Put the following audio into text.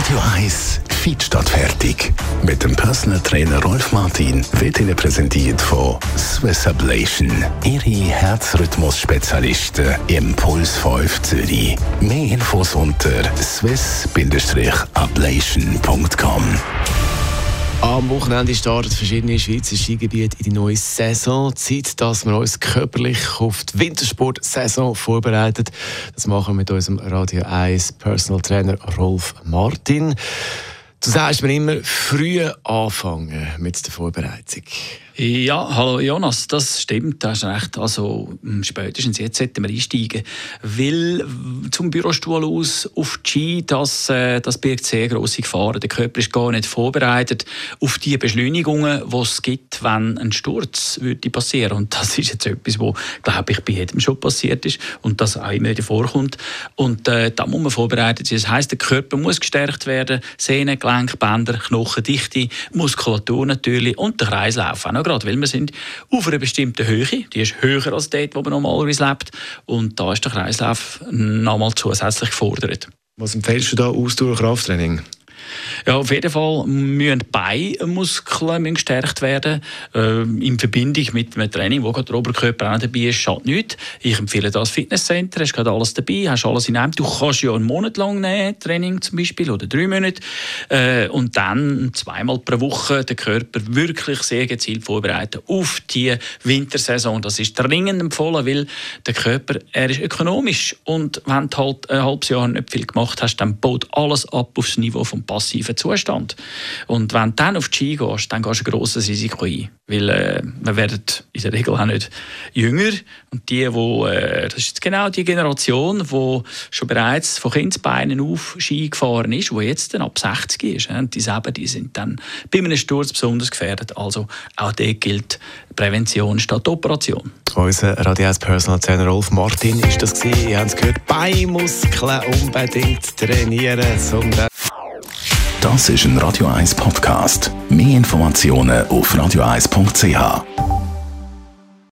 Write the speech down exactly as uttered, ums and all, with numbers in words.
Radio eins Fit statt fertig. Mit dem Personal Trainer Rolf Martin wird Ihnen präsentiert von Swiss Ablation. Ihre Herzrhythmus-Spezialisten im Puls fünf Zürich. Mehr Infos unter swiss ablation punkt com. Am Wochenende starten verschiedene Schweizer Skigebiete in die neue Saison. Zeit, dass wir uns körperlich auf die Wintersport-Saison vorbereiten. Das machen wir mit unserem Radio eins Personal Trainer Rolf Martin. Du sagst mir immer, früh anfangen mit der Vorbereitung. Ja, hallo Jonas, das stimmt, du hast recht. Also spätestens jetzt sollten wir einsteigen, weil zum Bürostuhl aus auf die Ski, das, äh, das birgt sehr grosse Gefahren. Der Körper ist gar nicht vorbereitet auf die Beschleunigungen, die es gibt, wenn ein Sturz würde passieren. Und das ist jetzt etwas, was, glaube ich, bei jedem schon passiert ist und das auch immer wieder vorkommt. Und äh, da muss man vorbereitet sein. Das heisst, der Körper muss gestärkt werden, Sehnen, Gelenk, Bänder, Knochendichte, Muskulatur natürlich und der Kreislauf auch noch. Gerade, weil wir sind auf einer bestimmten Höhe, die ist höher als dort, wo man normalerweise lebt, und da ist der Kreislauf nochmal zusätzlich gefordert. Was empfiehlst du da aus durch Krafttraining? Ja, auf jeden Fall müssen die Beinmuskeln gestärkt werden, äh, in Verbindung mit einem Training, wo gerade der Oberkörper auch dabei ist, schadet nichts. Ich empfehle das Fitnesscenter, hast gerade alles dabei, hast alles in einem. Du kannst ja einen Monat lang nehmen, Training zum Beispiel, oder drei Monate, äh, und dann zweimal pro Woche den Körper wirklich sehr gezielt vorbereiten auf die Wintersaison. Das ist dringend empfohlen, weil der Körper, er ist ökonomisch, und wenn du halt ein halbes Jahr nicht viel gemacht hast, dann baut alles ab aufs Niveau vom passiven Zustand. Und wenn du dann auf die Ski gehst, dann gehst du ein grosses Risiko ein. Weil äh, wir werden in der Regel auch nicht jünger. Und die, wo, äh, das ist genau die Generation, die schon bereits von Kindesbeinen auf Ski gefahren ist, die jetzt dann ab sechzig ist. Und die selber, die sind dann bei einem Sturz besonders gefährdet. Also auch dort gilt Prävention statt Operation. Unser Radio eins Personal Trainer Rolf Martin ist das gewesen. Ihr habt es gehört, Beinmuskeln unbedingt trainieren. Das ist ein Radio eins Podcast. Mehr Informationen auf radio eins punkt c h.